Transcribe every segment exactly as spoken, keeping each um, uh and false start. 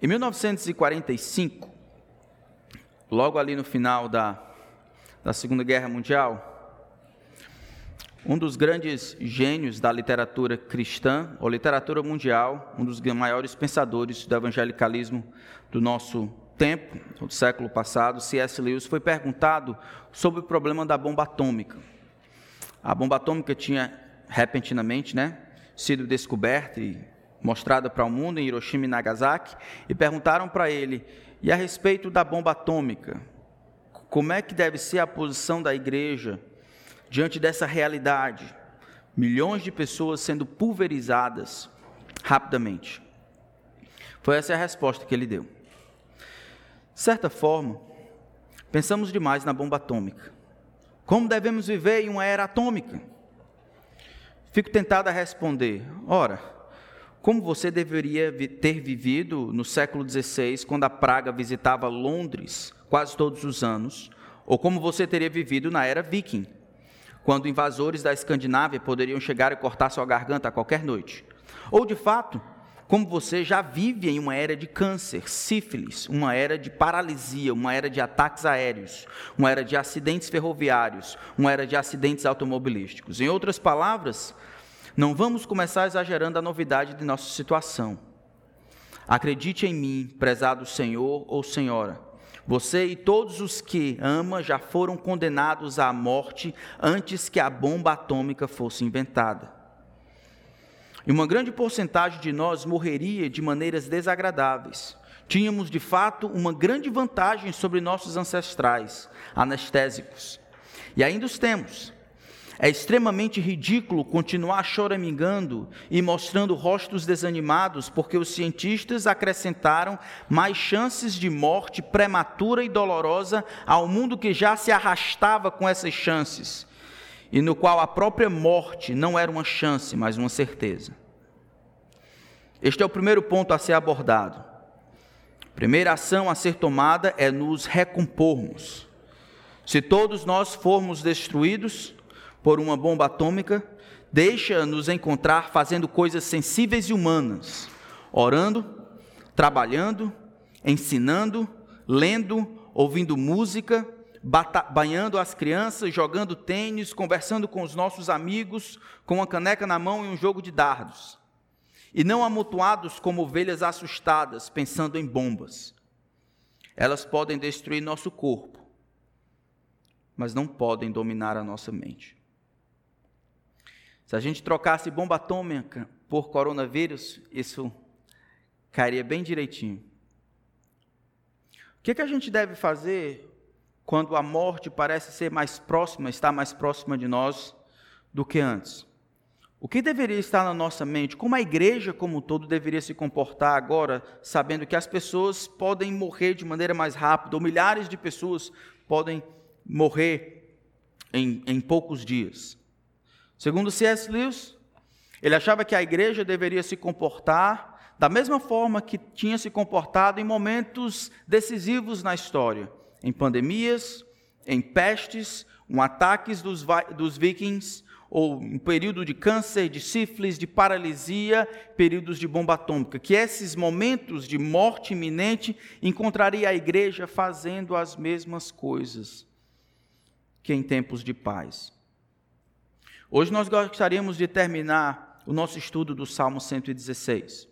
Em mil novecentos e quarenta e cinco, logo ali no final da, da Segunda Guerra Mundial, um dos grandes gênios da literatura cristã, ou literatura mundial, um dos maiores pensadores do evangelicalismo do nosso tempo, do século passado, C S Lewis, foi perguntado sobre o problema da bomba atômica. A bomba atômica tinha, repentinamente, né, sido descoberta e mostrada para o mundo em Hiroshima e Nagasaki, e perguntaram para ele, e a respeito da bomba atômica, como é que deve ser a posição da igreja diante dessa realidade? Milhões de pessoas sendo pulverizadas rapidamente. Foi essa a resposta que ele deu. De certa forma, pensamos demais na bomba atômica. Como devemos viver em uma era atômica? Fico tentado a responder, ora, como você deveria ter vivido no século dezesseis, quando a praga visitava Londres quase todos os anos, ou como você teria vivido na era viking, quando invasores da Escandinávia poderiam chegar e cortar sua garganta a qualquer noite. Ou, de fato, como você já vive em uma era de câncer, sífilis, uma era de paralisia, uma era de ataques aéreos, uma era de acidentes ferroviários, uma era de acidentes automobilísticos. Em outras palavras, não vamos começar exagerando a novidade de nossa situação. Acredite em mim, prezado Senhor ou Senhora. Você e todos os que ama já foram condenados à morte antes que a bomba atômica fosse inventada. E uma grande porcentagem de nós morreria de maneiras desagradáveis. Tínhamos, de fato, uma grande vantagem sobre nossos ancestrais, anestésicos. E ainda os temos. É extremamente ridículo continuar choramingando e mostrando rostos desanimados, porque os cientistas acrescentaram mais chances de morte prematura e dolorosa ao mundo que já se arrastava com essas chances, e no qual a própria morte não era uma chance, mas uma certeza. Este é o primeiro ponto a ser abordado. A primeira ação a ser tomada é nos recompormos. Se todos nós formos destruídos por uma bomba atômica, deixa-nos encontrar fazendo coisas sensíveis e humanas, orando, trabalhando, ensinando, lendo, ouvindo música, banhando as crianças, jogando tênis, conversando com os nossos amigos, com uma caneca na mão e um jogo de dardos. E não amontoados como ovelhas assustadas, pensando em bombas. Elas podem destruir nosso corpo, mas não podem dominar a nossa mente. Se a gente trocasse bomba atômica por coronavírus, isso cairia bem direitinho. O que, que a gente deve fazer quando a morte parece ser mais próxima, está mais próxima de nós do que antes? O que deveria estar na nossa mente? Como a igreja como um todo deveria se comportar agora, sabendo que as pessoas podem morrer de maneira mais rápida, ou milhares de pessoas podem morrer em, em poucos dias? Segundo C S Lewis, ele achava que a igreja deveria se comportar da mesma forma que tinha se comportado em momentos decisivos na história, em pandemias, em pestes, em ataques dos, dos vikings, ou um período de câncer, de sífilis, de paralisia, períodos de bomba atômica, que esses momentos de morte iminente encontraria a igreja fazendo as mesmas coisas que em tempos de paz. Hoje nós gostaríamos de terminar o nosso estudo do Salmo cento e dezesseis.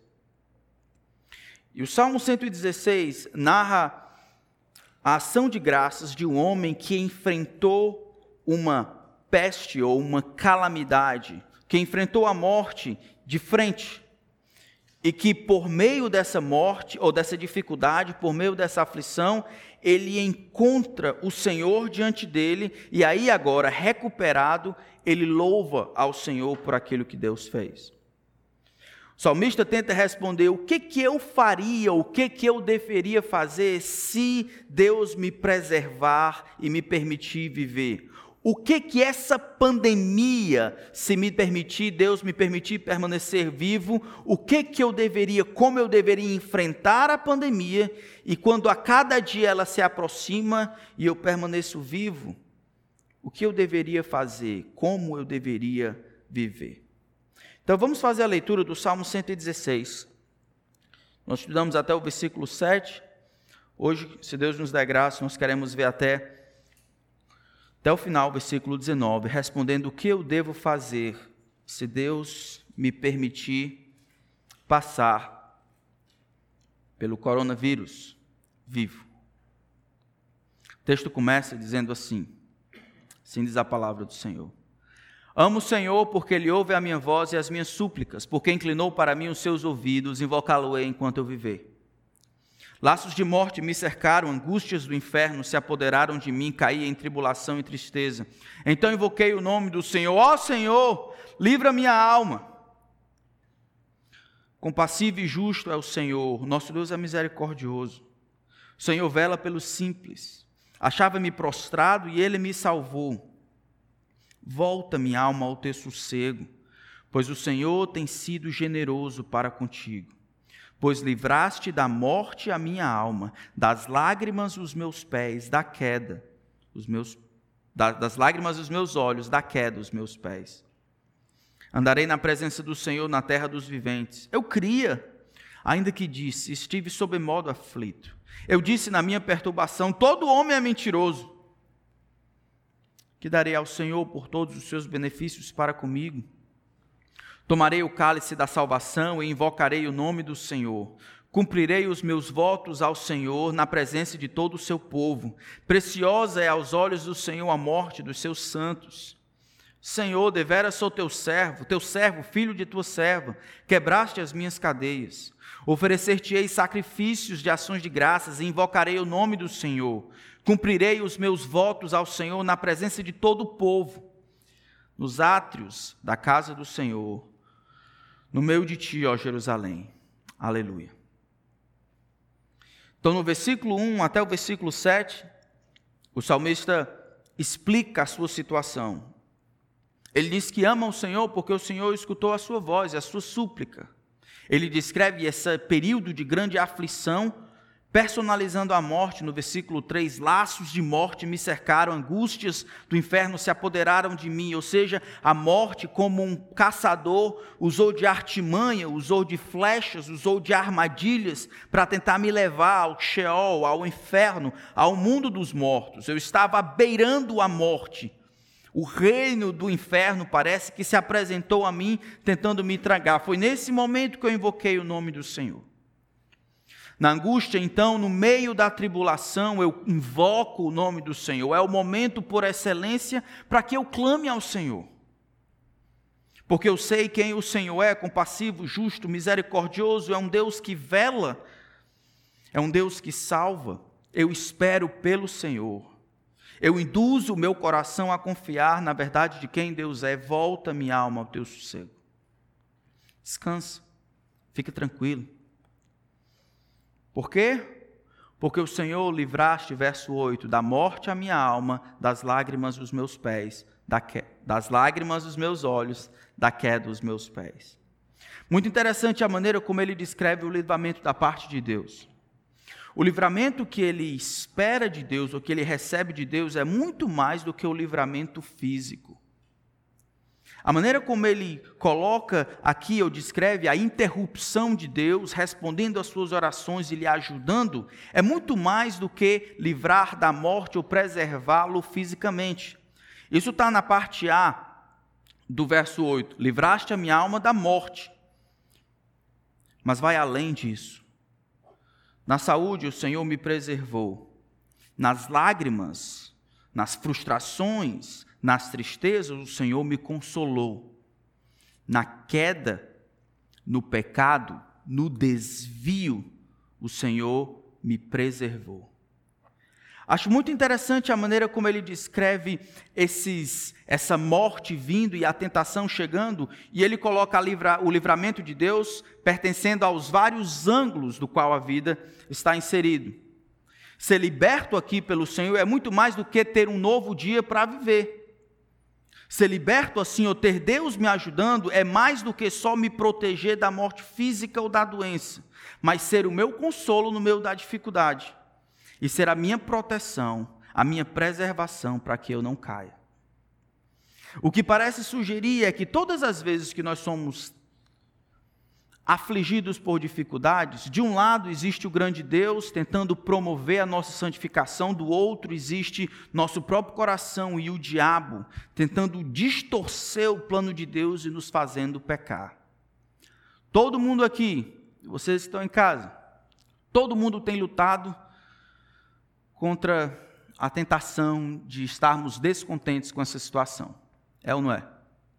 E o Salmo cento e dezesseis narra a ação de graças de um homem que enfrentou uma peste ou uma calamidade, que enfrentou a morte de frente, e que por meio dessa morte, ou dessa dificuldade, por meio dessa aflição, ele encontra o Senhor diante dele, e aí agora, recuperado, ele louva ao Senhor por aquilo que Deus fez. O salmista tenta responder, o que que eu faria, o que que eu deveria fazer se Deus me preservar e me permitir viver? O que que essa pandemia, se me permitir, Deus me permitir permanecer vivo, o que que eu deveria, como eu deveria enfrentar a pandemia, e quando a cada dia ela se aproxima e eu permaneço vivo, o que eu deveria fazer, como eu deveria viver? Então vamos fazer a leitura do Salmo cento e dezesseis, Nós estudamos até o versículo sete. Hoje, se Deus nos der graça, nós queremos ver até, até o final, versículo dezenove, respondendo: o que eu devo fazer se Deus me permitir passar pelo coronavírus vivo. O texto começa dizendo assim, assim diz a palavra do Senhor: amo o Senhor porque Ele ouve a minha voz e as minhas súplicas, porque inclinou para mim os seus ouvidos, invocá-lo-ei enquanto eu viver. Laços de morte me cercaram, angústias do inferno se apoderaram de mim, caí em tribulação e tristeza. Então invoquei o nome do Senhor: ó Senhor, livra minha alma. Compassivo e justo é o Senhor, nosso Deus é misericordioso. O Senhor vela pelos simples. Achava-me prostrado e Ele me salvou. Volta, minha alma, ao teu sossego, pois o Senhor tem sido generoso para contigo. Pois livraste da morte a minha alma, das lágrimas os meus pés, da queda, os meus, da, das lágrimas os meus olhos, da queda os meus pés. Andarei na presença do Senhor na terra dos viventes. Eu cria, ainda que disse, estive sob modo aflito. Eu disse na minha perturbação: todo homem é mentiroso. Que darei ao Senhor por todos os seus benefícios para comigo? Tomarei o cálice da salvação e invocarei o nome do Senhor. Cumprirei os meus votos ao Senhor na presença de todo o seu povo. Preciosa é aos olhos do Senhor a morte dos seus santos. Senhor, deveras sou teu servo, teu servo, filho de tua serva. Quebraste as minhas cadeias. Oferecer-te-ei sacrifícios de ações de graças e invocarei o nome do Senhor. Cumprirei os meus votos ao Senhor na presença de todo o povo. Nos átrios da casa do Senhor, no meio de ti, ó Jerusalém. Aleluia. Então, no versículo um até o versículo sete, o salmista explica a sua situação. Ele diz que ama o Senhor porque o Senhor escutou a sua voz e a sua súplica. Ele descreve esse período de grande aflição, personalizando a morte no versículo três, laços de morte me cercaram, angústias do inferno se apoderaram de mim, ou seja, a morte como um caçador usou de artimanha, usou de flechas, usou de armadilhas para tentar me levar ao Sheol, ao inferno, ao mundo dos mortos. Eu estava beirando a morte. O reino do inferno parece que se apresentou a mim tentando me tragar. Foi nesse momento que eu invoquei o nome do Senhor. Na angústia, então, no meio da tribulação, eu invoco o nome do Senhor. É o momento por excelência para que eu clame ao Senhor. Porque eu sei quem o Senhor é, compassivo, justo, misericordioso, é um Deus que vela, é um Deus que salva. Eu espero pelo Senhor. Eu induzo o meu coração a confiar na verdade de quem Deus é. Volta, minha alma, ao teu sossego. Descansa, fique tranquilo. Por quê? Porque o Senhor livraste, verso oito, da morte a minha alma, das lágrimas dos meus pés, da que... das lágrimas dos meus olhos, da queda dos meus pés. Muito interessante a maneira como ele descreve o livramento da parte de Deus. O livramento que ele espera de Deus, ou que ele recebe de Deus, é muito mais do que o livramento físico. A maneira como ele coloca aqui, ou descreve a interrupção de Deus, respondendo às suas orações e lhe ajudando, é muito mais do que livrar da morte ou preservá-lo fisicamente. Isso está na parte A do verso oito. Livraste a minha alma da morte. Mas vai além disso. Na saúde o Senhor me preservou. Nas lágrimas, nas frustrações, nas tristezas, o Senhor me consolou. Na queda, no pecado, no desvio, o Senhor me preservou. Acho muito interessante a maneira como ele descreve esses, essa morte vindo e a tentação chegando, e ele coloca a livra, o livramento de Deus pertencendo aos vários ângulos do qual a vida está inserido. Ser liberto aqui pelo Senhor é muito mais do que ter um novo dia para viver. Ser liberto assim, ou ter Deus me ajudando, é mais do que só me proteger da morte física ou da doença, mas ser o meu consolo no meio da dificuldade, e ser a minha proteção, a minha preservação para que eu não caia. O que parece sugerir é que todas as vezes que nós somos afligidos por dificuldades. De um lado existe o grande Deus tentando promover a nossa santificação, do outro existe nosso próprio coração e o diabo tentando distorcer o plano de Deus e nos fazendo pecar. Todo mundo aqui, vocês que estão em casa, todo mundo tem lutado contra a tentação de estarmos descontentes com essa situação. É ou não é?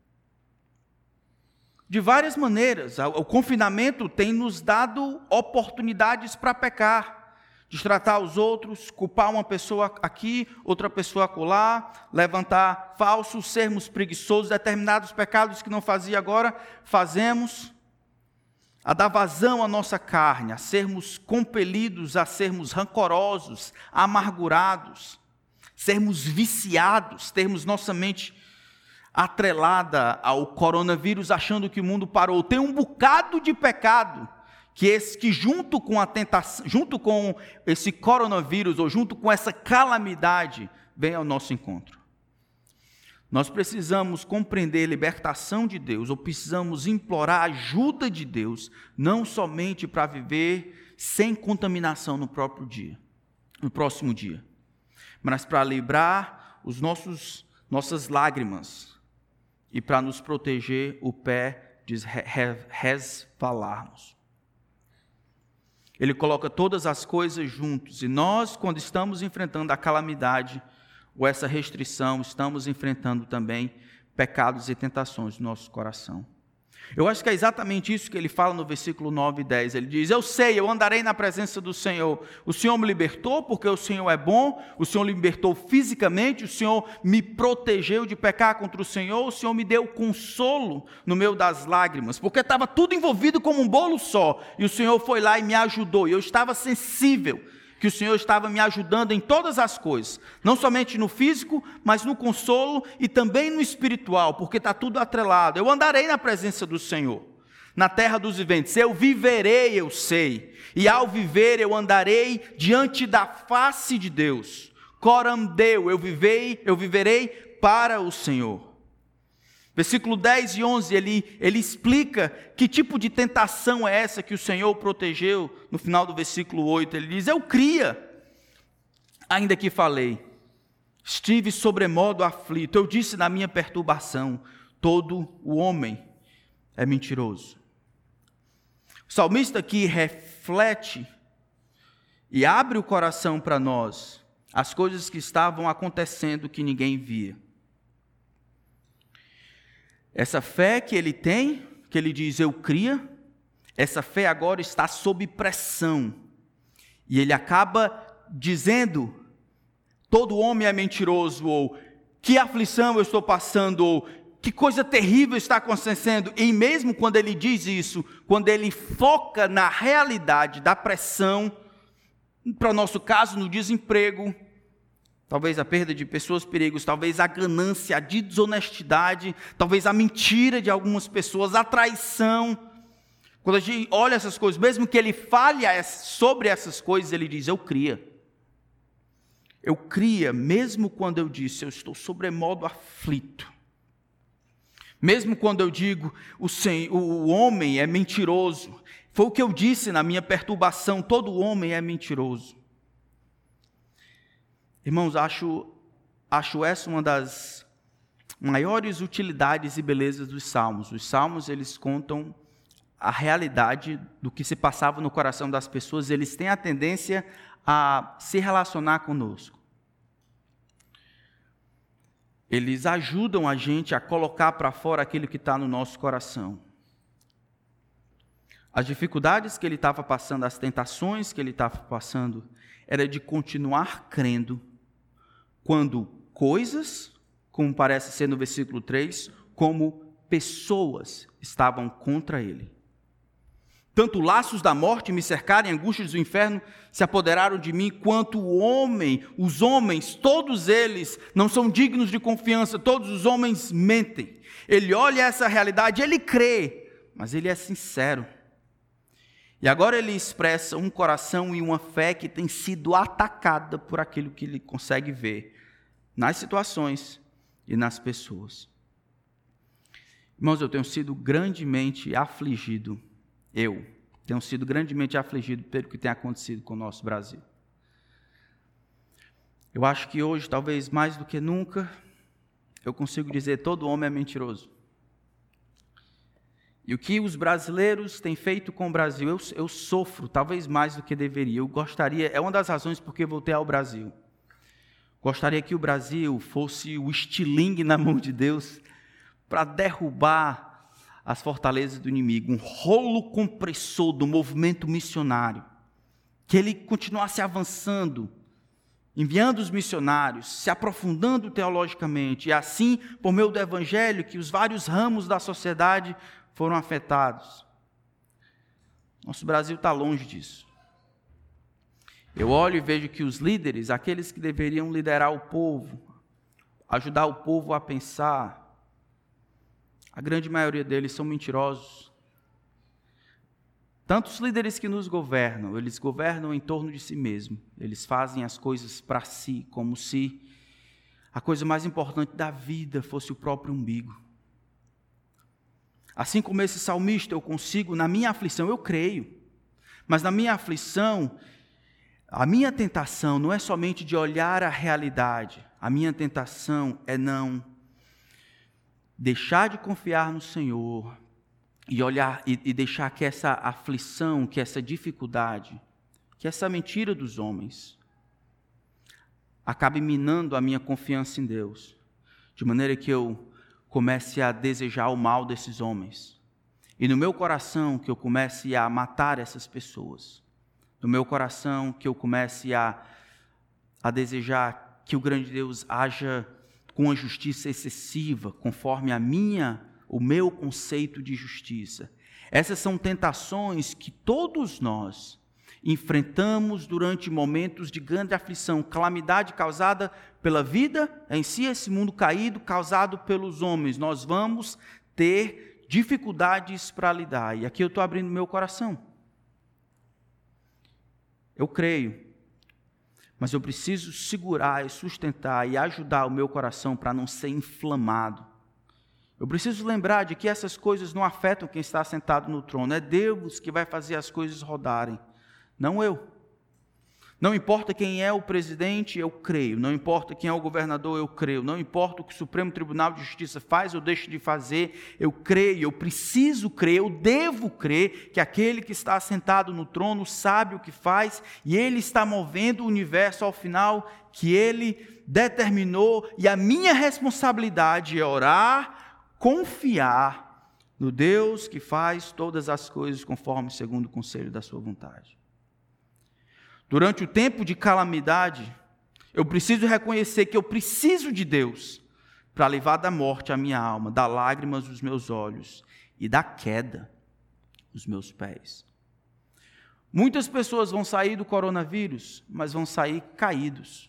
De várias maneiras, o confinamento tem nos dado oportunidades para pecar, de tratar os outros, culpar uma pessoa aqui, outra pessoa acolá, levantar falsos, sermos preguiçosos, determinados pecados que não fazia agora, fazemos, a dar vazão à nossa carne, a sermos compelidos a sermos rancorosos, amargurados, sermos viciados, termos nossa mente atrelada ao coronavírus, achando que o mundo parou. Tem um bocado de pecado que, esse, que junto com a tentação, junto com esse coronavírus, ou junto com essa calamidade, vem ao nosso encontro. Nós precisamos compreender a libertação de Deus, ou precisamos implorar a ajuda de Deus, não somente para viver sem contaminação no próprio dia, no próximo dia, mas para livrar os nossos, nossas lágrimas, e para nos proteger o pé de resvalarmos. Ele coloca todas as coisas juntos, e nós, quando estamos enfrentando a calamidade, ou essa restrição, estamos enfrentando também pecados e tentações do nosso coração. Eu acho que é exatamente isso que ele fala no versículo nove e dez. Ele diz: eu sei, eu andarei na presença do Senhor. O Senhor me libertou porque o Senhor é bom. O Senhor me libertou fisicamente. O Senhor me protegeu de pecar contra o Senhor. O Senhor me deu consolo no meio das lágrimas, porque estava tudo envolvido como um bolo só. E o Senhor foi lá e me ajudou. E eu estava sensível que o Senhor estava me ajudando em todas as coisas, não somente no físico, mas no consolo e também no espiritual, porque está tudo atrelado. Eu andarei na presença do Senhor, na terra dos viventes. Eu viverei, eu sei, e ao viver eu andarei diante da face de Deus. Coram Deu, eu vivei, eu viverei para o Senhor. Versículo dez e onze, ele, ele explica que tipo de tentação é essa que o Senhor protegeu. No final do versículo oito, ele diz: eu cria, ainda que falei, estive sobremodo aflito, eu disse na minha perturbação, todo o homem é mentiroso. O salmista aqui reflete e abre o coração para nós, as coisas que estavam acontecendo que ninguém via. Essa fé que ele tem, que ele diz eu cria, essa fé agora está sob pressão. E ele acaba dizendo, todo homem é mentiroso, ou que aflição eu estou passando, ou que coisa terrível está acontecendo. E mesmo quando ele diz isso, quando ele foca na realidade da pressão, para o nosso caso, no desemprego, talvez a perda de pessoas, perigos, talvez a ganância, a desonestidade, talvez a mentira de algumas pessoas, a traição. Quando a gente olha essas coisas, mesmo que ele fale sobre essas coisas, ele diz, eu cria. Eu cria, mesmo quando eu disse, eu estou sobremodo aflito. Mesmo quando eu digo, o, senhor, o homem é mentiroso. Foi o que eu disse na minha perturbação, todo homem é mentiroso. Irmãos, acho, acho essa uma das maiores utilidades e belezas dos salmos. Os salmos, eles contam a realidade do que se passava no coração das pessoas. Eles têm a tendência a se relacionar conosco. Eles ajudam a gente a colocar para fora aquilo que está no nosso coração. As dificuldades que ele estava passando, as tentações que ele estava passando, era de continuar crendo, quando coisas, como parece ser no versículo três, como pessoas estavam contra ele. Tanto laços da morte me cercaram, e angústias do inferno se apoderaram de mim, quanto o homem, os homens, todos eles não são dignos de confiança, todos os homens mentem. Ele olha essa realidade, ele crê, mas ele é sincero. E agora ele expressa um coração e uma fé que tem sido atacada por aquilo que ele consegue ver nas situações e nas pessoas. Irmãos, eu tenho sido grandemente afligido eu, tenho sido grandemente afligido pelo que tem acontecido com o nosso Brasil. Eu acho que hoje, talvez mais do que nunca, eu consigo dizer que todo homem é mentiroso. E o que os brasileiros têm feito com o Brasil, eu, eu sofro, talvez mais do que deveria. Eu gostaria, é uma das razões por que voltei ao Brasil. Gostaria que o Brasil fosse o estilingue na mão de Deus para derrubar as fortalezas do inimigo, um rolo compressor do movimento missionário, que ele continuasse avançando, enviando os missionários, se aprofundando teologicamente, e assim, por meio do evangelho, que os vários ramos da sociedade foram afetados. Nosso Brasil está longe disso. Eu olho e vejo que os líderes, aqueles que deveriam liderar o povo, ajudar o povo a pensar, a grande maioria deles são mentirosos. Tantos líderes que nos governam, eles governam em torno de si mesmos. Eles fazem as coisas para si, como se a coisa mais importante da vida fosse o próprio umbigo. Assim como esse salmista, eu consigo, na minha aflição, eu creio, mas na minha aflição, a minha tentação não é somente de olhar a realidade, a minha tentação é não deixar de confiar no Senhor e olhar e, e deixar que essa aflição, que essa dificuldade, que essa mentira dos homens acabe minando a minha confiança em Deus, de maneira que eu comece a desejar o mal desses homens, e no meu coração que eu comece a matar essas pessoas, no meu coração que eu comece a, a desejar que o grande Deus haja com a justiça excessiva, conforme a minha, o meu conceito de justiça. Essas são tentações que todos nós enfrentamos durante momentos de grande aflição, calamidade causada pela vida em si, esse mundo caído, causado pelos homens. Nós vamos ter dificuldades para lidar. E aqui eu estou abrindo meu coração. Eu creio, mas eu preciso segurar e sustentar e ajudar o meu coração para não ser inflamado. Eu preciso lembrar de que essas coisas não afetam quem está sentado no trono. É Deus que vai fazer as coisas rodarem, não eu. Não importa quem é o presidente, eu creio. Não importa quem é o governador, eu creio. Não importa o que o Supremo Tribunal de Justiça faz ou deixa de fazer, eu creio. Eu preciso crer, eu devo crer que aquele que está sentado no trono sabe o que faz e ele está movendo o universo ao final que ele determinou. E a minha responsabilidade é orar, confiar no Deus que faz todas as coisas conforme segundo o conselho da sua vontade. Durante o tempo de calamidade, eu preciso reconhecer que eu preciso de Deus para livrar da morte a minha alma, das lágrimas os meus olhos e da queda os meus pés. Muitas pessoas vão sair do coronavírus, mas vão sair caídos.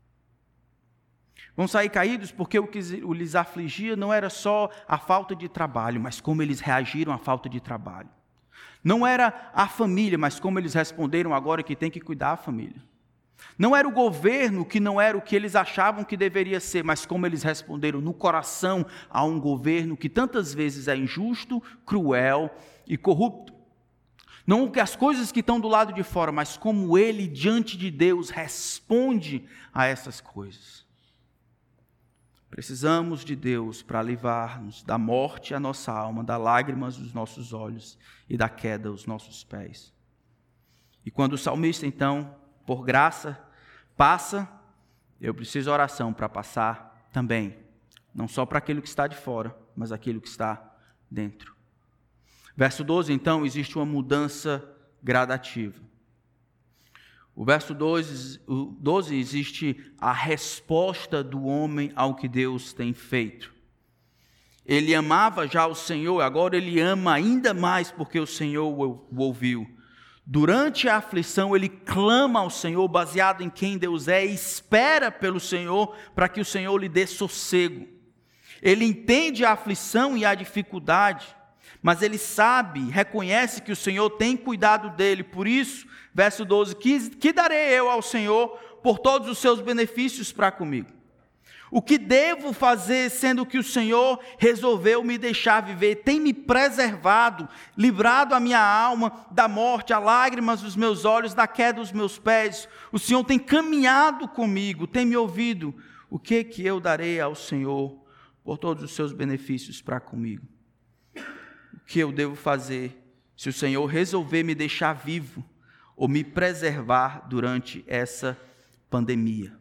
Vão sair caídos porque o que lhes afligia não era só a falta de trabalho, mas como eles reagiram à falta de trabalho. Não era a família, mas como eles responderam agora que tem que cuidar da família. Não era o governo, que não era o que eles achavam que deveria ser, mas como eles responderam no coração a um governo que tantas vezes é injusto, cruel e corrupto. Não que as coisas que estão do lado de fora, mas como ele diante de Deus responde a essas coisas. Precisamos de Deus para livrar-nos da morte a nossa alma, das lágrimas dos nossos olhos e da queda aos nossos pés. E quando o salmista, então, por graça, passa, eu preciso de oração para passar também. Não só para aquilo que está de fora, mas aquilo que está dentro. Verso doze, então, existe uma mudança gradativa. O verso doze, existe a resposta do homem ao que Deus tem feito. Ele amava já o Senhor, agora ele ama ainda mais porque o Senhor o ouviu. Durante a aflição, ele clama ao Senhor, baseado em quem Deus é, e espera pelo Senhor para que o Senhor lhe dê sossego. Ele entende a aflição e a dificuldade, mas ele sabe, reconhece que o Senhor tem cuidado dele. Por isso, verso doze, que, que darei eu ao Senhor por todos os seus benefícios para comigo? O que devo fazer, sendo que o Senhor resolveu me deixar viver? Tem me preservado, livrado a minha alma da morte, as lágrimas dos meus olhos, da queda dos meus pés. O Senhor tem caminhado comigo, tem me ouvido. O que que eu darei ao Senhor por todos os seus benefícios para comigo? O que eu devo fazer se o Senhor resolver me deixar vivo ou me preservar durante essa pandemia?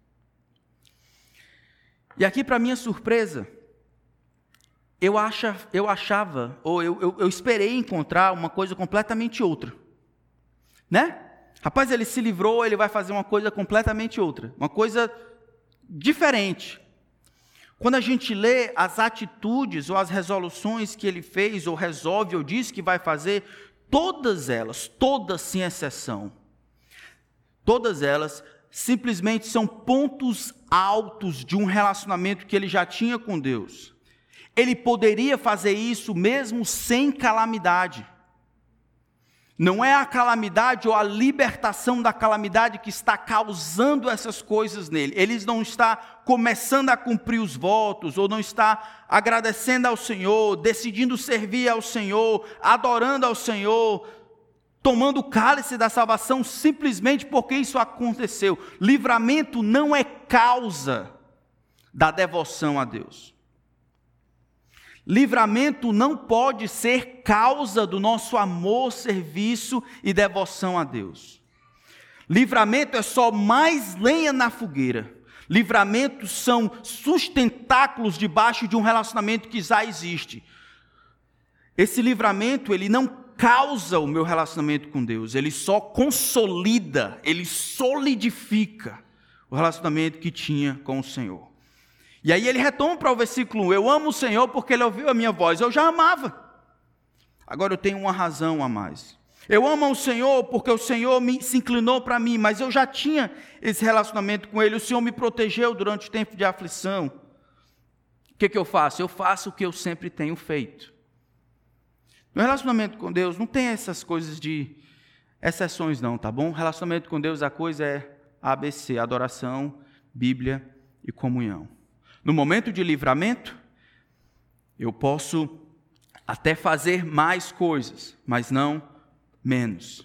E aqui, para minha surpresa, eu, acha, eu achava, ou eu, eu, eu esperei encontrar uma coisa completamente outra. Né? Rapaz, ele se livrou, ele vai fazer uma coisa completamente outra. Uma coisa diferente. Quando a gente lê as atitudes ou as resoluções que ele fez, ou resolve, ou diz que vai fazer, todas elas, todas sem exceção, todas elas simplesmente são pontos altos de um relacionamento que ele já tinha com Deus. Ele poderia fazer isso mesmo sem calamidade. Não é a calamidade ou a libertação da calamidade que está causando essas coisas nele. Ele não está começando a cumprir os votos, ou não está agradecendo ao Senhor, decidindo servir ao Senhor, adorando ao Senhor, tomando o cálice da salvação simplesmente porque isso aconteceu. Livramento não é causa da devoção a Deus. Livramento não pode ser causa do nosso amor, serviço e devoção a Deus. Livramento é só mais lenha na fogueira. Livramentos são sustentáculos debaixo de um relacionamento que já existe. Esse livramento, ele não causa o meu relacionamento com Deus, ele só consolida, ele solidifica o relacionamento que tinha com o Senhor. E aí ele retoma para o versículo um, eu amo o Senhor porque ele ouviu a minha voz, eu já amava, agora eu tenho uma razão a mais. Eu amo o Senhor porque o Senhor me, se inclinou para mim, mas eu já tinha esse relacionamento com Ele, o Senhor me protegeu durante o tempo de aflição. O que, que eu faço? Eu faço o que eu sempre tenho feito. No relacionamento com Deus não tem essas coisas de exceções não, tá bom? Relacionamento com Deus, a coisa é A B C, adoração, Bíblia e comunhão. No momento de livramento, eu posso até fazer mais coisas, mas não menos.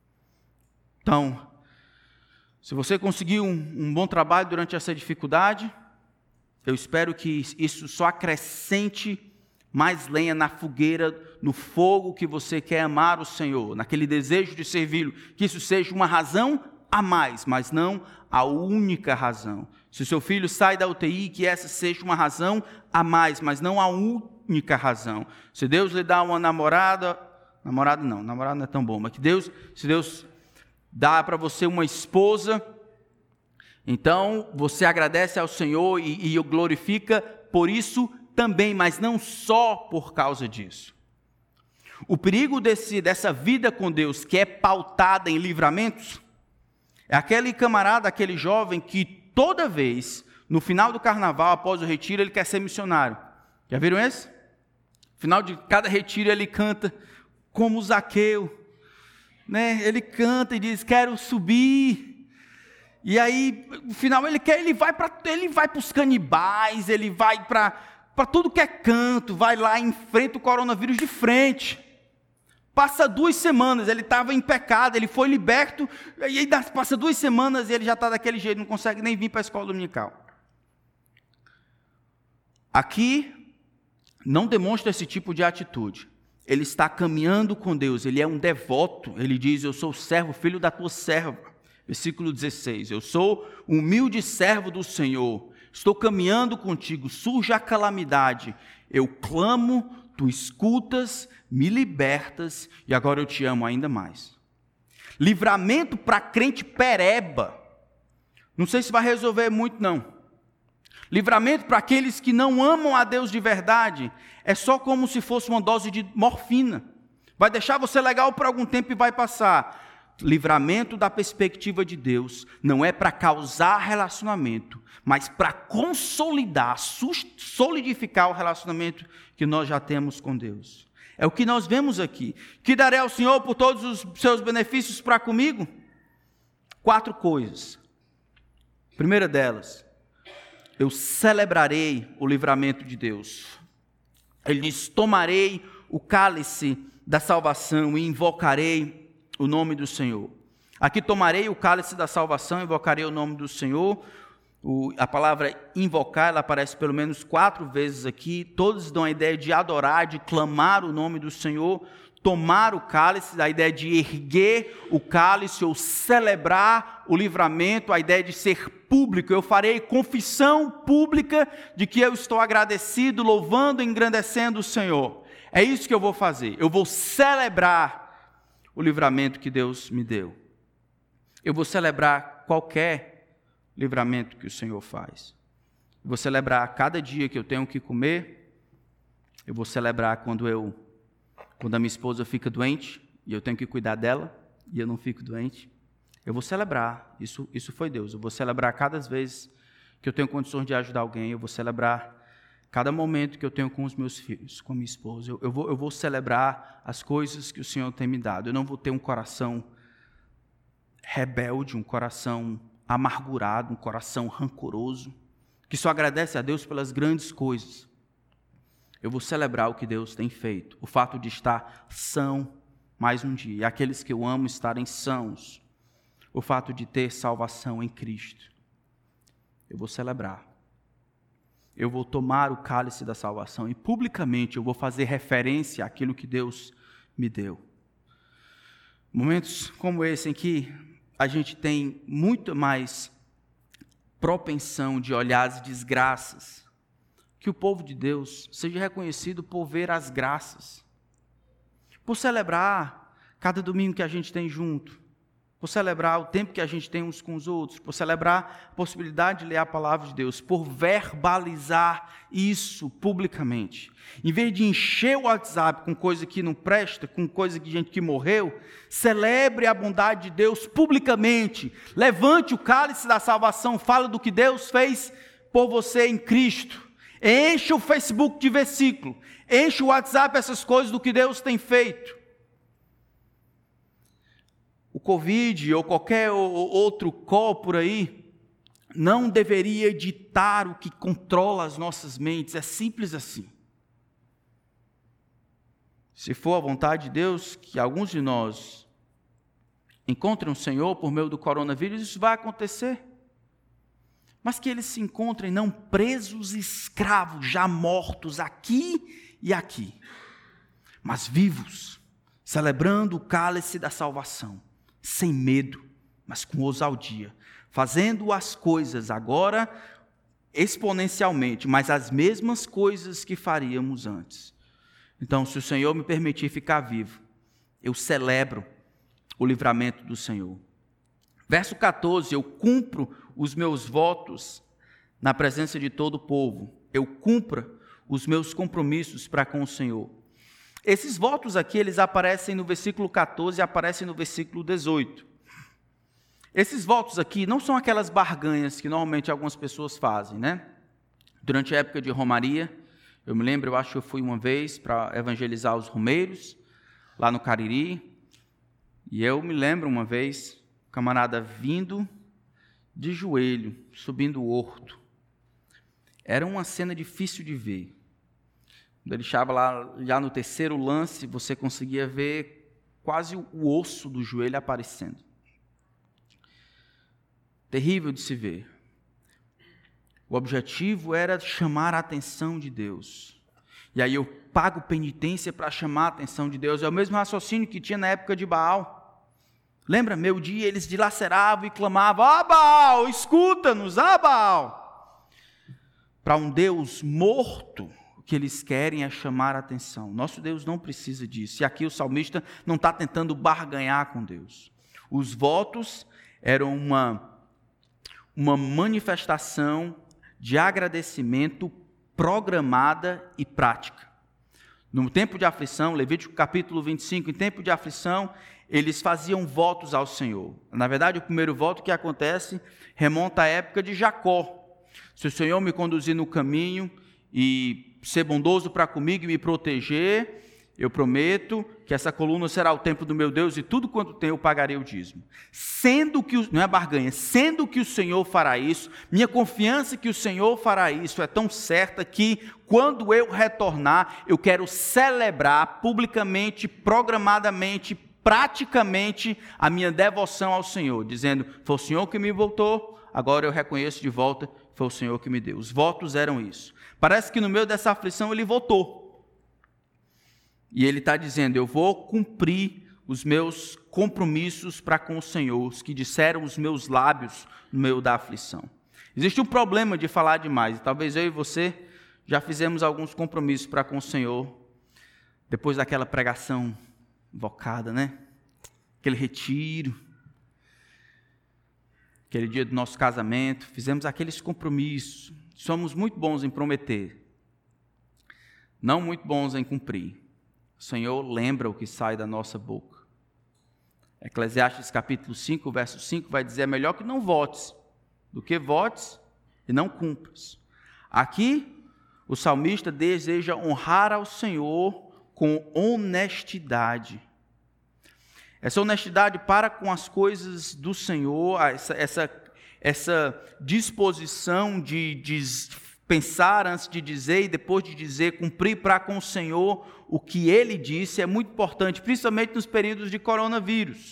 Então, se você conseguiu um, um bom trabalho durante essa dificuldade, eu espero que isso só acrescente mais lenha na fogueira, no fogo que você quer amar o Senhor, naquele desejo de servi-lo, que isso seja uma razão a mais, mas não a única razão. Se o seu filho sai da U T I, que essa seja uma razão a mais, mas não a única razão. Se Deus lhe dá uma namorada, namorada não, namorada não é tão bom, mas que Deus, se Deus dá para você uma esposa, então você agradece ao Senhor e, e o glorifica por isso também, mas não só por causa disso. O perigo desse, dessa vida com Deus, que é pautada em livramentos, é aquele camarada, aquele jovem que toda vez, no final do carnaval, após o retiro, ele quer ser missionário. Já viram esse? No final de cada retiro ele canta como Zaqueu, né? Ele canta e diz, quero subir. E aí, no final, ele quer, ele vai para ele vai para os canibais, ele vai para para tudo que é canto, vai lá e enfrenta o coronavírus de frente. Passa duas semanas, ele estava em pecado, ele foi liberto, e aí passa duas semanas e ele já está daquele jeito, não consegue nem vir para a escola dominical. Aqui, não demonstra esse tipo de atitude. Ele está caminhando com Deus, ele é um devoto, ele diz, eu sou servo, filho da tua serva. Versículo dezesseis, eu sou humilde servo do Senhor, estou caminhando contigo, surge a calamidade, eu clamo, tu escutas, me libertas e agora eu te amo ainda mais. Livramento para crente pereba, não sei se vai resolver muito não. Livramento para aqueles que não amam a Deus de verdade, é só como se fosse uma dose de morfina, vai deixar você legal por algum tempo e vai passar. Livramento da perspectiva de Deus não é para causar relacionamento, mas para consolidar, solidificar o relacionamento que nós já temos com Deus. É o que nós vemos aqui. Que darei ao Senhor por todos os seus benefícios para comigo? Quatro coisas. Primeira delas, eu celebrarei o livramento de Deus. Ele diz, tomarei o cálice da salvação e invocarei o nome do Senhor. Aqui tomarei o cálice da salvação, invocarei o nome do Senhor. O, a palavra invocar, ela aparece pelo menos quatro vezes aqui. Todos dão a ideia de adorar, de clamar o nome do Senhor. Tomar o cálice, a ideia de erguer o cálice ou celebrar o livramento, a ideia de ser público. Eu farei confissão pública de que eu estou agradecido, louvando e engrandecendo o Senhor. É isso que eu vou fazer. Eu vou celebrar o livramento que Deus me deu. Eu vou celebrar qualquer livramento que o Senhor faz. Eu vou celebrar cada dia que eu tenho que comer. Eu vou celebrar quando eu Quando a minha esposa fica doente e eu tenho que cuidar dela e eu não fico doente, eu vou celebrar. Isso, isso foi Deus. Eu vou celebrar cada vez que eu tenho condições de ajudar alguém. Eu vou celebrar cada momento que eu tenho com os meus filhos, com a minha esposa. Eu, eu, vou, eu vou celebrar as coisas que o Senhor tem me dado. Eu não vou ter um coração rebelde, um coração amargurado, um coração rancoroso, que só agradece a Deus pelas grandes coisas. Eu vou celebrar o que Deus tem feito, o fato de estar são mais um dia, e aqueles que eu amo estarem sãos, o fato de ter salvação em Cristo. Eu vou celebrar. Eu vou tomar o cálice da salvação e publicamente eu vou fazer referência àquilo que Deus me deu. Momentos como esse em que a gente tem muito mais propensão de olhar as desgraças, que o povo de Deus seja reconhecido por ver as graças, por celebrar cada domingo que a gente tem junto, por celebrar o tempo que a gente tem uns com os outros, por celebrar a possibilidade de ler a palavra de Deus, por verbalizar isso publicamente. Em vez de encher o WhatsApp com coisa que não presta, com coisa de gente que morreu, celebre a bondade de Deus publicamente, levante o cálice da salvação, fala do que Deus fez por você em Cristo. Enche o Facebook de versículo, enche o WhatsApp, essas coisas do que Deus tem feito. O Covid ou qualquer outro call por aí não deveria ditar o que controla as nossas mentes, é simples assim. Se for a vontade de Deus que alguns de nós encontrem o Senhor por meio do coronavírus, isso vai acontecer. Mas que eles se encontrem não presos e escravos, já mortos aqui e aqui, mas vivos, celebrando o cálice da salvação, sem medo, mas com ousadia, fazendo as coisas agora exponencialmente, mas as mesmas coisas que faríamos antes. Então, se o Senhor me permitir ficar vivo, eu celebro o livramento do Senhor. Verso catorze, eu cumpro os meus votos na presença de todo o povo. Eu cumpro os meus compromissos para com o Senhor. Esses votos aqui, eles aparecem no versículo catorze e aparecem no versículo dezoito. Esses votos aqui não são aquelas barganhas que normalmente algumas pessoas fazem, né? Durante a época de Romaria, eu me lembro, eu acho que eu fui uma vez para evangelizar os romeiros, lá no Cariri, e eu me lembro uma vez, um camarada vindo de joelho, subindo o horto. Era uma cena difícil de ver. Quando ele estava lá, já no terceiro lance, você conseguia ver quase o osso do joelho aparecendo. Terrível de se ver. O objetivo era chamar a atenção de Deus. E aí eu pago penitência para chamar a atenção de Deus. É o mesmo raciocínio que tinha na época de Baal. Lembra, meu dia, eles dilaceravam e clamavam, ah, Baal, escuta-nos, ah, Baal. Para um Deus morto, o que eles querem é chamar a atenção. Nosso Deus não precisa disso. E aqui o salmista não está tentando barganhar com Deus. Os votos eram uma, uma manifestação de agradecimento programada e prática. No tempo de aflição, Levítico capítulo vinte e cinco, em tempo de aflição, eles faziam votos ao Senhor. Na verdade, o primeiro voto que acontece remonta à época de Jacó. Se o Senhor me conduzir no caminho e ser bondoso para comigo e me proteger, eu prometo que essa coluna será o templo do meu Deus e tudo quanto tenho eu pagarei o dízimo. Sendo que, o, não é barganha, sendo que o Senhor fará isso, minha confiança que o Senhor fará isso é tão certa que quando eu retornar, eu quero celebrar publicamente, programadamente, praticamente a minha devoção ao Senhor, dizendo, foi o Senhor que me voltou, agora eu reconheço de volta, foi o Senhor que me deu. Os votos eram isso. Parece que no meio dessa aflição ele voltou. E ele está dizendo, eu vou cumprir os meus compromissos para com o Senhor, os que disseram os meus lábios no meio da aflição. Existe um problema de falar demais, e talvez eu e você já fizemos alguns compromissos para com o Senhor, depois daquela pregação invocada, né? Aquele retiro, aquele dia do nosso casamento, fizemos aqueles compromissos. Somos muito bons em prometer, não muito bons em cumprir. O Senhor lembra o que sai da nossa boca. Eclesiastes capítulo cinco, verso cinco, vai dizer, é melhor que não votes, do que votes e não cumpras. Aqui, o salmista deseja honrar ao Senhor com honestidade. Essa honestidade para com as coisas do Senhor, essa, essa, essa disposição de, de pensar antes de dizer e depois de dizer, cumprir para com o Senhor o que Ele disse, é muito importante, principalmente nos períodos de coronavírus.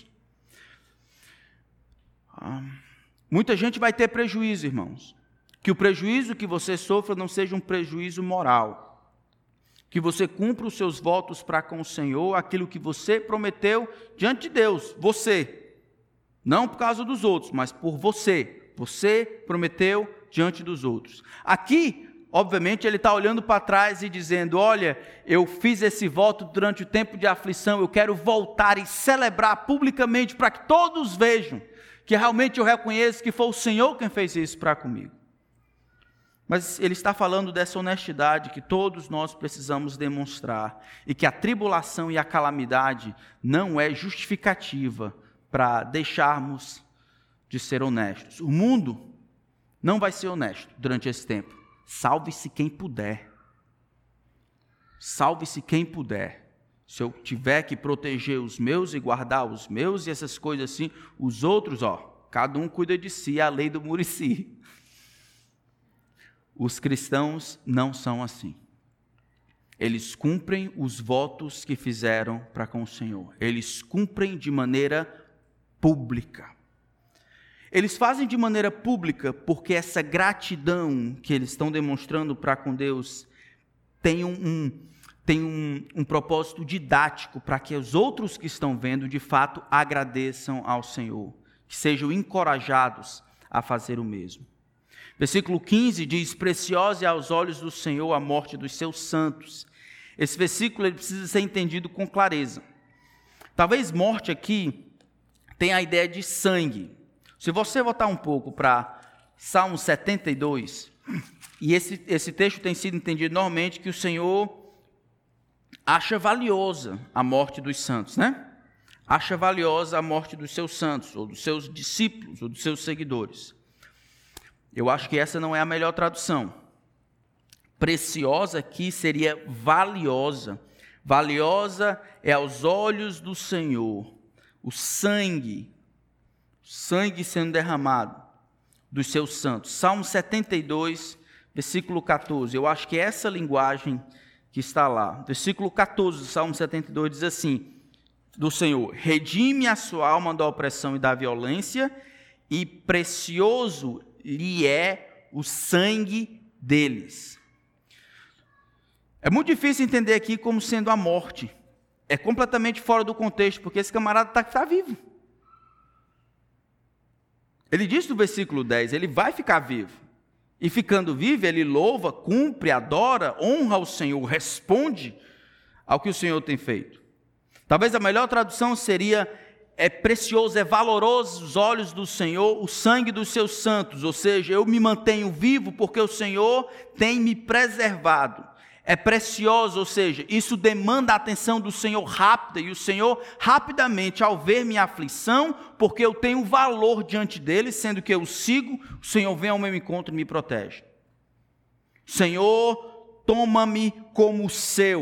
Ah, muita gente vai ter prejuízo, irmãos. Que o prejuízo que você sofra não seja um prejuízo moral. Que você cumpra os seus votos para com o Senhor, aquilo que você prometeu diante de Deus, você. Não por causa dos outros, mas por você. Você prometeu diante dos outros. Aqui, obviamente, ele está olhando para trás e dizendo, olha, eu fiz esse voto durante o tempo de aflição, eu quero voltar e celebrar publicamente para que todos vejam que realmente eu reconheço que foi o Senhor quem fez isso para comigo. Mas ele está falando dessa honestidade que todos nós precisamos demonstrar e que a tribulação e a calamidade não é justificativa para deixarmos de ser honestos. O mundo não vai ser honesto durante esse tempo. Salve-se quem puder. Salve-se quem puder. Se eu tiver que proteger os meus e guardar os meus e essas coisas assim, os outros, ó, cada um cuida de si, é a lei do Murici. Os cristãos não são assim. Eles cumprem os votos que fizeram para com o Senhor. Eles cumprem de maneira pública. Eles fazem de maneira pública porque essa gratidão que eles estão demonstrando para com Deus tem um, um, tem um, um propósito didático para que os outros que estão vendo, de fato, agradeçam ao Senhor, que sejam encorajados a fazer o mesmo. Versículo quinze diz, preciosa é aos olhos do Senhor a morte dos seus santos. Esse versículo ele precisa ser entendido com clareza. Talvez morte aqui tenha a ideia de sangue. Se você voltar um pouco para Salmo setenta e dois, e esse, esse texto tem sido entendido normalmente que o Senhor acha valiosa a morte dos santos, né? Acha valiosa a morte dos seus santos, ou dos seus discípulos, ou dos seus seguidores. Eu acho que essa não é a melhor tradução. Preciosa aqui seria valiosa. Valiosa é aos olhos do Senhor. O sangue, o sangue sendo derramado dos seus santos. Salmo setenta e dois, versículo catorze. Eu acho que é essa linguagem que está lá. Versículo catorze do Salmo setenta e dois diz assim, do Senhor, redime a sua alma da opressão e da violência, e precioso lhe é o sangue deles. É muito difícil entender aqui como sendo a morte. É completamente fora do contexto, porque esse camarada está tá vivo. Ele diz no versículo dez, ele vai ficar vivo. E ficando vivo, ele louva, cumpre, adora, honra o Senhor, responde ao que o Senhor tem feito. Talvez a melhor tradução seria, é precioso, é valoroso aos olhos do Senhor o sangue dos seus santos, ou seja, eu me mantenho vivo porque o Senhor tem me preservado. É precioso, ou seja, isso demanda a atenção do Senhor rápida, e o Senhor rapidamente, ao ver minha aflição, porque eu tenho valor diante dele, sendo que eu sigo, o Senhor vem ao meu encontro e me protege. Senhor, toma-me como seu.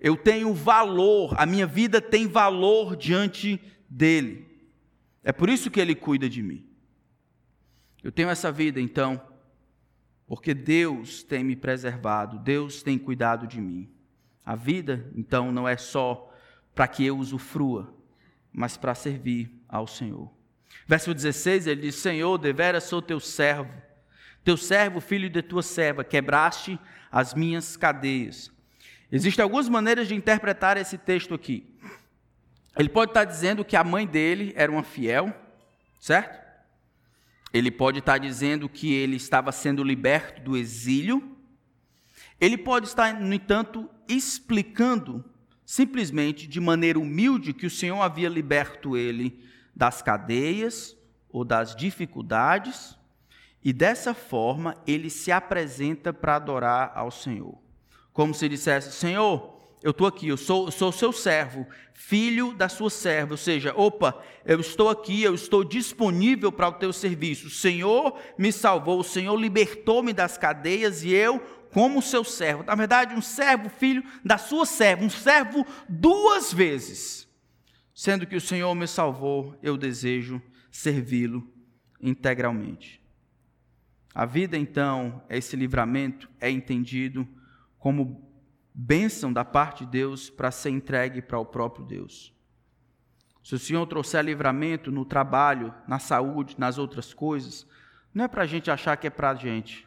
eu tenho valor, a minha vida tem valor diante dele. É por isso que ele cuida de mim. Eu tenho essa vida, então, porque Deus tem me preservado, Deus tem cuidado de mim. A vida, então, não é só para que eu usufrua, mas para servir ao Senhor. Verso dezesseis, ele diz: Senhor, deveras sou teu servo, teu servo, filho de tua serva, quebraste as minhas cadeias. Existem algumas maneiras de interpretar esse texto aqui. Ele pode estar dizendo que a mãe dele era uma fiel, certo? Ele pode estar dizendo que ele estava sendo liberto do exílio. Ele pode estar, no entanto, explicando simplesmente de maneira humilde que o Senhor havia liberto ele das cadeias ou das dificuldades, e dessa forma ele se apresenta para adorar ao Senhor. Como se dissesse: Senhor, eu estou aqui, eu sou, eu sou seu servo, filho da sua serva, ou seja, opa, eu estou aqui, eu estou disponível para o teu serviço. O Senhor me salvou, o Senhor libertou-me das cadeias e eu, como seu servo, na verdade, um servo, filho da sua serva, um servo duas vezes, sendo que o Senhor me salvou, eu desejo servi-lo integralmente. A vida, então, esse livramento é entendido como bênção da parte de Deus para ser entregue para o próprio Deus. Se o Senhor trouxer livramento no trabalho, na saúde, nas outras coisas, não é para a gente achar que é para a gente.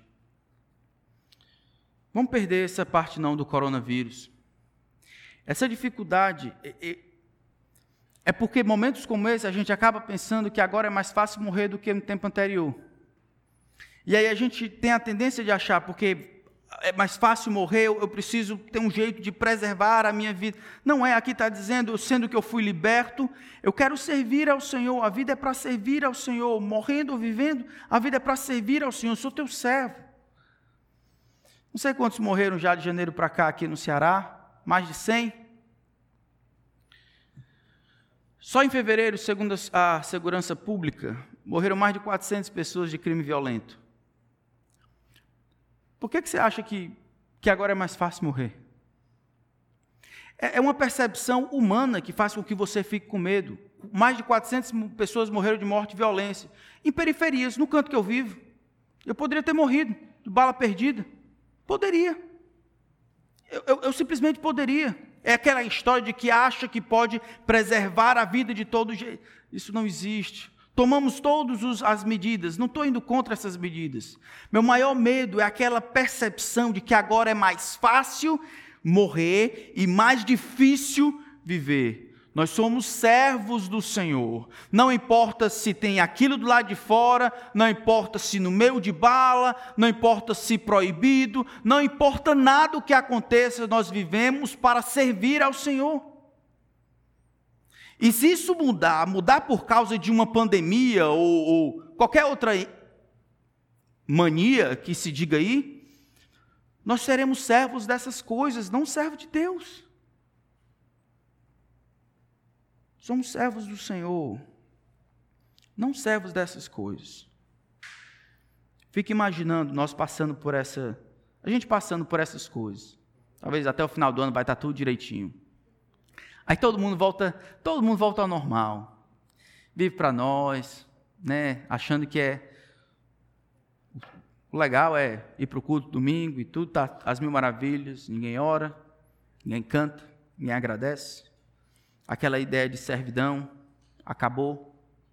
Vamos perder essa parte não do coronavírus. Essa dificuldade é, é porque momentos como esse a gente acaba pensando que agora é mais fácil morrer do que no tempo anterior. E aí a gente tem a tendência de achar, porque é mais fácil morrer, eu preciso ter um jeito de preservar a minha vida. Não é, aqui está dizendo, sendo que eu fui liberto, eu quero servir ao Senhor, a vida é para servir ao Senhor, morrendo ou vivendo, a vida é para servir ao Senhor, eu sou teu servo. Não sei quantos morreram já de janeiro para cá aqui no Ceará, mais de cem. Só em fevereiro, segundo a Segurança Pública, morreram mais de quatrocentas pessoas de crime violento. Por que, que você acha que, que agora é mais fácil morrer? É, é uma percepção humana que faz com que você fique com medo. Mais de quatrocentas pessoas morreram de morte e violência. Em periferias, no canto que eu vivo. Eu poderia ter morrido de bala perdida. Poderia. Eu, eu, eu simplesmente poderia. É aquela história de que acha que pode preservar a vida de todo jeito. Isso não existe. Tomamos todas as medidas, não estou indo contra essas medidas. Meu maior medo é aquela percepção de que agora é mais fácil morrer e mais difícil viver. Nós somos servos do Senhor. Não importa se tem aquilo do lado de fora, não importa se no meio de bala, não importa se proibido, não importa nada o que aconteça, nós vivemos para servir ao Senhor. E se isso mudar, mudar por causa de uma pandemia ou, ou qualquer outra mania que se diga aí, nós seremos servos dessas coisas, não servos de Deus. Somos servos do Senhor, não servos dessas coisas. Fique imaginando nós passando por essa, a gente passando por essas coisas. Talvez até o final do ano vai estar tudo direitinho. Aí todo mundo volta, todo mundo volta ao normal. Vive para nós, né? Achando que é o legal é ir para o culto domingo e tudo tá às mil maravilhas, ninguém ora, ninguém canta, ninguém agradece. Aquela ideia de servidão acabou.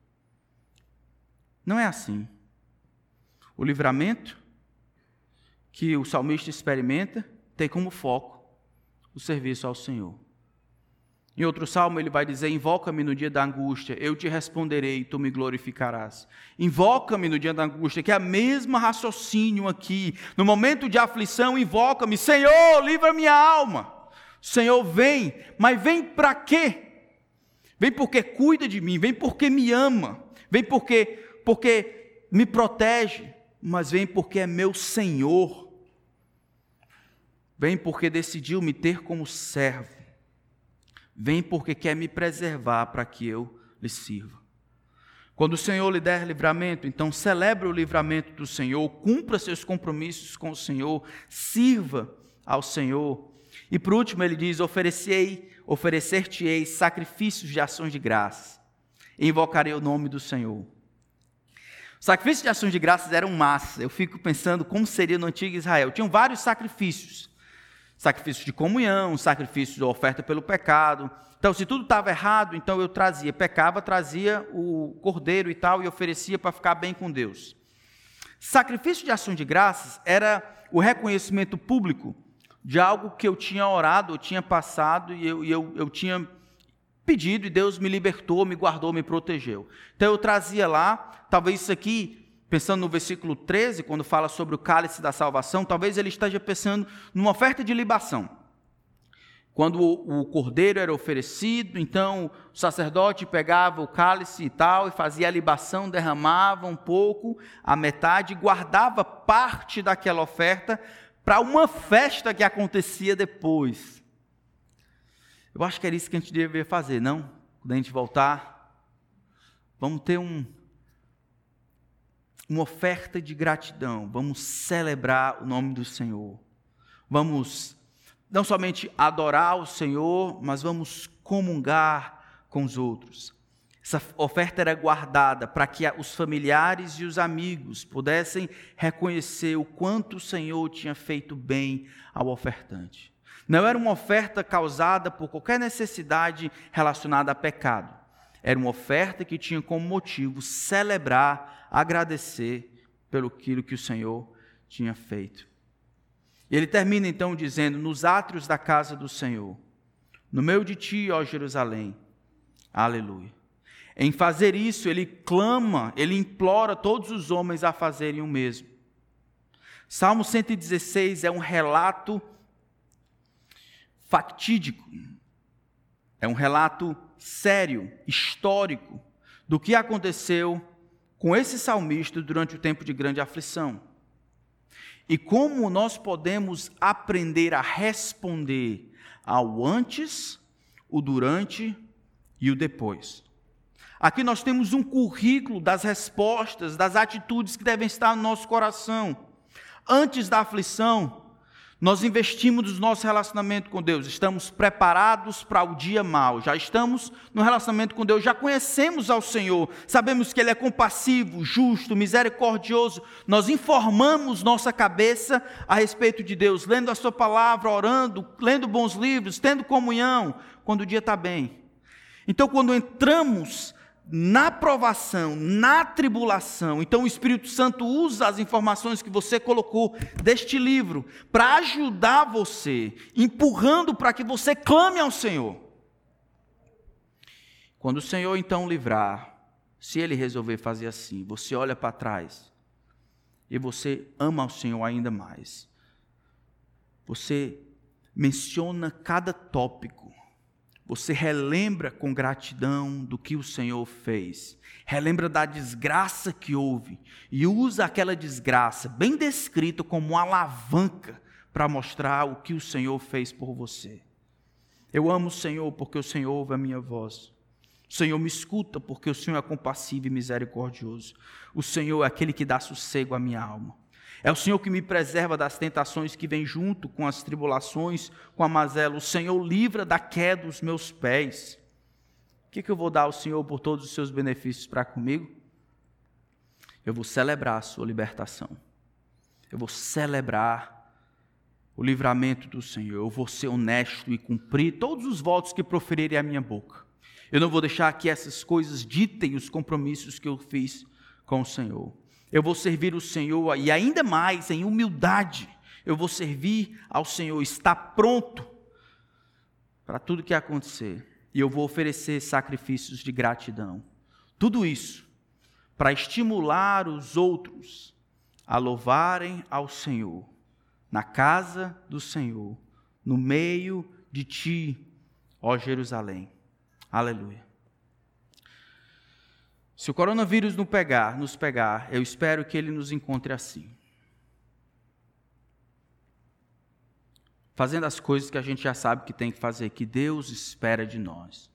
Não é assim. O livramento que o salmista experimenta tem como foco o serviço ao Senhor. Em outro salmo ele vai dizer: invoca-me no dia da angústia, eu te responderei e tu me glorificarás. Invoca-me no dia da angústia, que é a mesma raciocínio aqui. No momento de aflição, invoca-me: Senhor, livra minha alma. Senhor, vem, mas vem para quê? Vem porque cuida de mim, vem porque me ama, vem porque, porque me protege, mas vem porque é meu Senhor. Vem porque decidiu me ter como servo. Vem porque quer me preservar para que eu lhe sirva. Quando o Senhor lhe der livramento, então celebre o livramento do Senhor, cumpra seus compromissos com o Senhor, sirva ao Senhor. E por último ele diz, oferecei, oferecer-te-ei sacrifícios de ações de graças, e invocarei o nome do Senhor. Os sacrifícios de ações de graças eram massa. Eu fico pensando como seria no antigo Israel. Tinham vários sacrifícios. Sacrifício de comunhão, sacrifício de oferta pelo pecado. Então, se tudo estava errado, então eu trazia, pecava, trazia o cordeiro e tal, e oferecia para ficar bem com Deus. Sacrifício de ação de graças era o reconhecimento público de algo que eu tinha orado, eu tinha passado, e eu, eu, eu tinha pedido, e Deus me libertou, me guardou, me protegeu. Então, eu trazia lá, talvez isso aqui... Pensando no versículo treze, quando fala sobre o cálice da salvação, talvez ele esteja pensando numa oferta de libação. Quando o, o cordeiro era oferecido, então o sacerdote pegava o cálice e tal, e fazia a libação, derramava um pouco, a metade, guardava parte daquela oferta para uma festa que acontecia depois. Eu acho que era isso que a gente deveria fazer, não? Quando a gente voltar, vamos ter um... uma oferta de gratidão, vamos celebrar o nome do Senhor, vamos não somente adorar o Senhor, mas vamos comungar com os outros. Essa oferta era guardada para que os familiares e os amigos pudessem reconhecer o quanto o Senhor tinha feito bem ao ofertante. Não era uma oferta causada por qualquer necessidade relacionada a pecado. Era uma oferta que tinha como motivo celebrar, agradecer pelo aquilo que o Senhor tinha feito. E ele termina então dizendo, nos átrios da casa do Senhor, no meio de ti, ó Jerusalém, aleluia. Em fazer isso, ele clama, ele implora todos os homens a fazerem o mesmo. Salmo cento e dezesseis é um relato factídico, é um relato sério, histórico, do que aconteceu com esse salmista durante o tempo de grande aflição. E como nós podemos aprender a responder ao antes, o durante e o depois. Aqui nós temos um currículo das respostas, das atitudes que devem estar no nosso coração. Antes da aflição, nós investimos no nosso relacionamento com Deus, estamos preparados para o dia mau, já estamos no relacionamento com Deus, já conhecemos ao Senhor, sabemos que Ele é compassivo, justo, misericordioso, nós informamos nossa cabeça a respeito de Deus, lendo a sua palavra, orando, lendo bons livros, tendo comunhão, quando o dia está bem. Então, quando entramos na provação, na tribulação, então o Espírito Santo usa as informações que você colocou deste livro para ajudar você, empurrando para que você clame ao Senhor. Quando o Senhor então livrar, se Ele resolver fazer assim, você olha para trás e você ama ao Senhor ainda mais. Você menciona cada tópico. Você relembra com gratidão do que o Senhor fez. Relembra da desgraça que houve. E usa aquela desgraça, bem descrita, como uma alavanca para mostrar o que o Senhor fez por você. Eu amo o Senhor porque o Senhor ouve a minha voz. O Senhor me escuta porque o Senhor é compassivo e misericordioso. O Senhor é aquele que dá sossego à minha alma. É o Senhor que me preserva das tentações que vêm junto com as tribulações, com a mazela. O Senhor livra da queda dos meus pés. O que, que eu vou dar ao Senhor por todos os seus benefícios para comigo? Eu vou celebrar a sua libertação. Eu vou celebrar o livramento do Senhor. Eu vou ser honesto e cumprir todos os votos que proferirem a minha boca. Eu não vou deixar que essas coisas ditem os compromissos que eu fiz com o Senhor. Eu vou servir o Senhor e ainda mais em humildade, eu vou servir ao Senhor, estar pronto para tudo que acontecer. E eu vou oferecer sacrifícios de gratidão. Tudo isso para estimular os outros a louvarem ao Senhor, na casa do Senhor, no meio de ti, ó Jerusalém. Aleluia. Se o coronavírus nos pegar, nos pegar, eu espero que ele nos encontre assim. Fazendo as coisas que a gente já sabe que tem que fazer, que Deus espera de nós.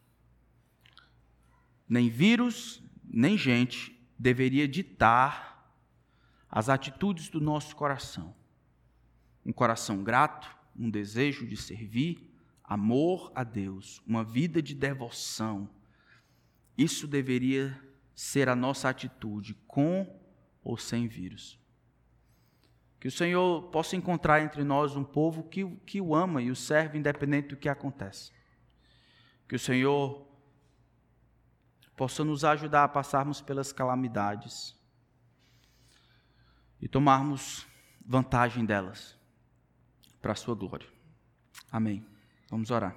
Nem vírus, nem gente deveria ditar as atitudes do nosso coração. Um coração grato, um desejo de servir, amor a Deus, uma vida de devoção. Isso deveria ser a nossa atitude, com ou sem vírus. Que o Senhor possa encontrar entre nós um povo que, que o ama e o serve independente do que acontece. Que o Senhor possa nos ajudar a passarmos pelas calamidades e tomarmos vantagem delas para a sua glória. Amém. Vamos orar.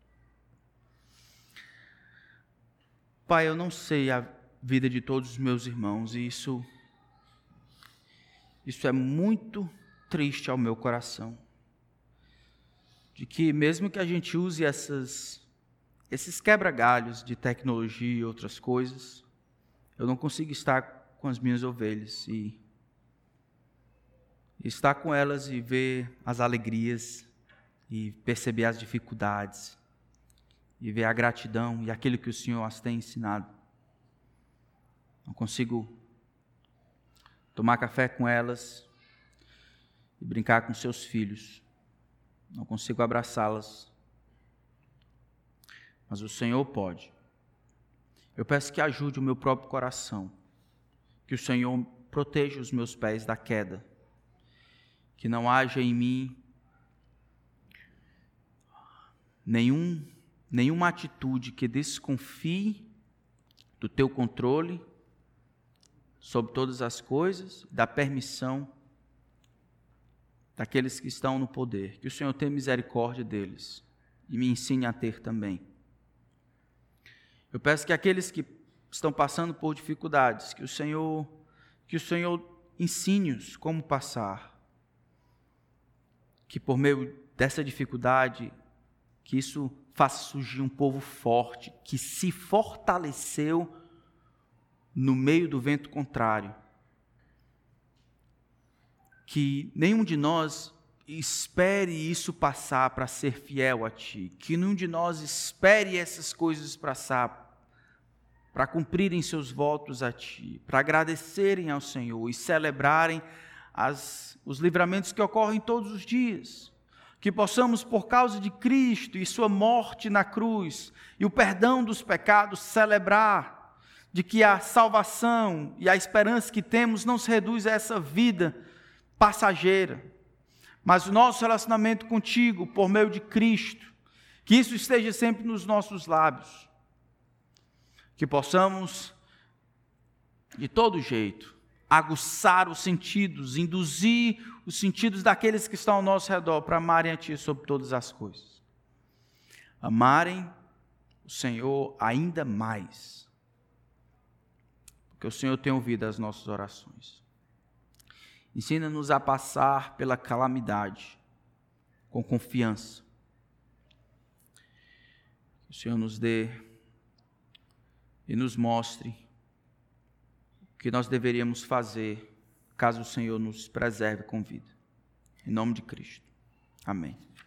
Pai, eu não sei a vida de todos os meus irmãos e isso, isso é muito triste ao meu coração. De que mesmo que a gente use essas, esses quebra-galhos de tecnologia e outras coisas, eu não consigo estar com as minhas ovelhas e estar com elas e ver as alegrias e perceber as dificuldades e ver a gratidão e aquilo que o Senhor as tem ensinado. Não consigo tomar café com elas e brincar com seus filhos. Não consigo abraçá-las. Mas o Senhor pode. Eu peço que ajude o meu próprio coração. Que o Senhor proteja os meus pés da queda. Que não haja em mim nenhum, nenhuma atitude que desconfie do teu controle sobre todas as coisas, da permissão daqueles que estão no poder. Que o Senhor tenha misericórdia deles e me ensine a ter também. Eu peço que aqueles que estão passando por dificuldades, que o Senhor, que o Senhor ensine-os como passar. Que por meio dessa dificuldade, que isso faça surgir um povo forte, que se fortaleceu no meio do vento contrário. Que nenhum de nós espere isso passar para ser fiel a Ti. Que nenhum de nós espere essas coisas passar para cumprirem seus votos a Ti, para agradecerem ao Senhor e celebrarem as, os livramentos que ocorrem todos os dias. Que possamos, por causa de Cristo e sua morte na cruz e o perdão dos pecados, celebrar de que a salvação e a esperança que temos não se reduz a essa vida passageira, mas o nosso relacionamento contigo por meio de Cristo, que isso esteja sempre nos nossos lábios, que possamos de todo jeito aguçar os sentidos, induzir os sentidos daqueles que estão ao nosso redor para amarem a Ti sobre todas as coisas, amarem o Senhor ainda mais, porque o Senhor tem ouvido as nossas orações. Ensina-nos a passar pela calamidade com confiança. Que o Senhor nos dê e nos mostre o que nós deveríamos fazer caso o Senhor nos preserve com vida. Em nome de Cristo. Amém.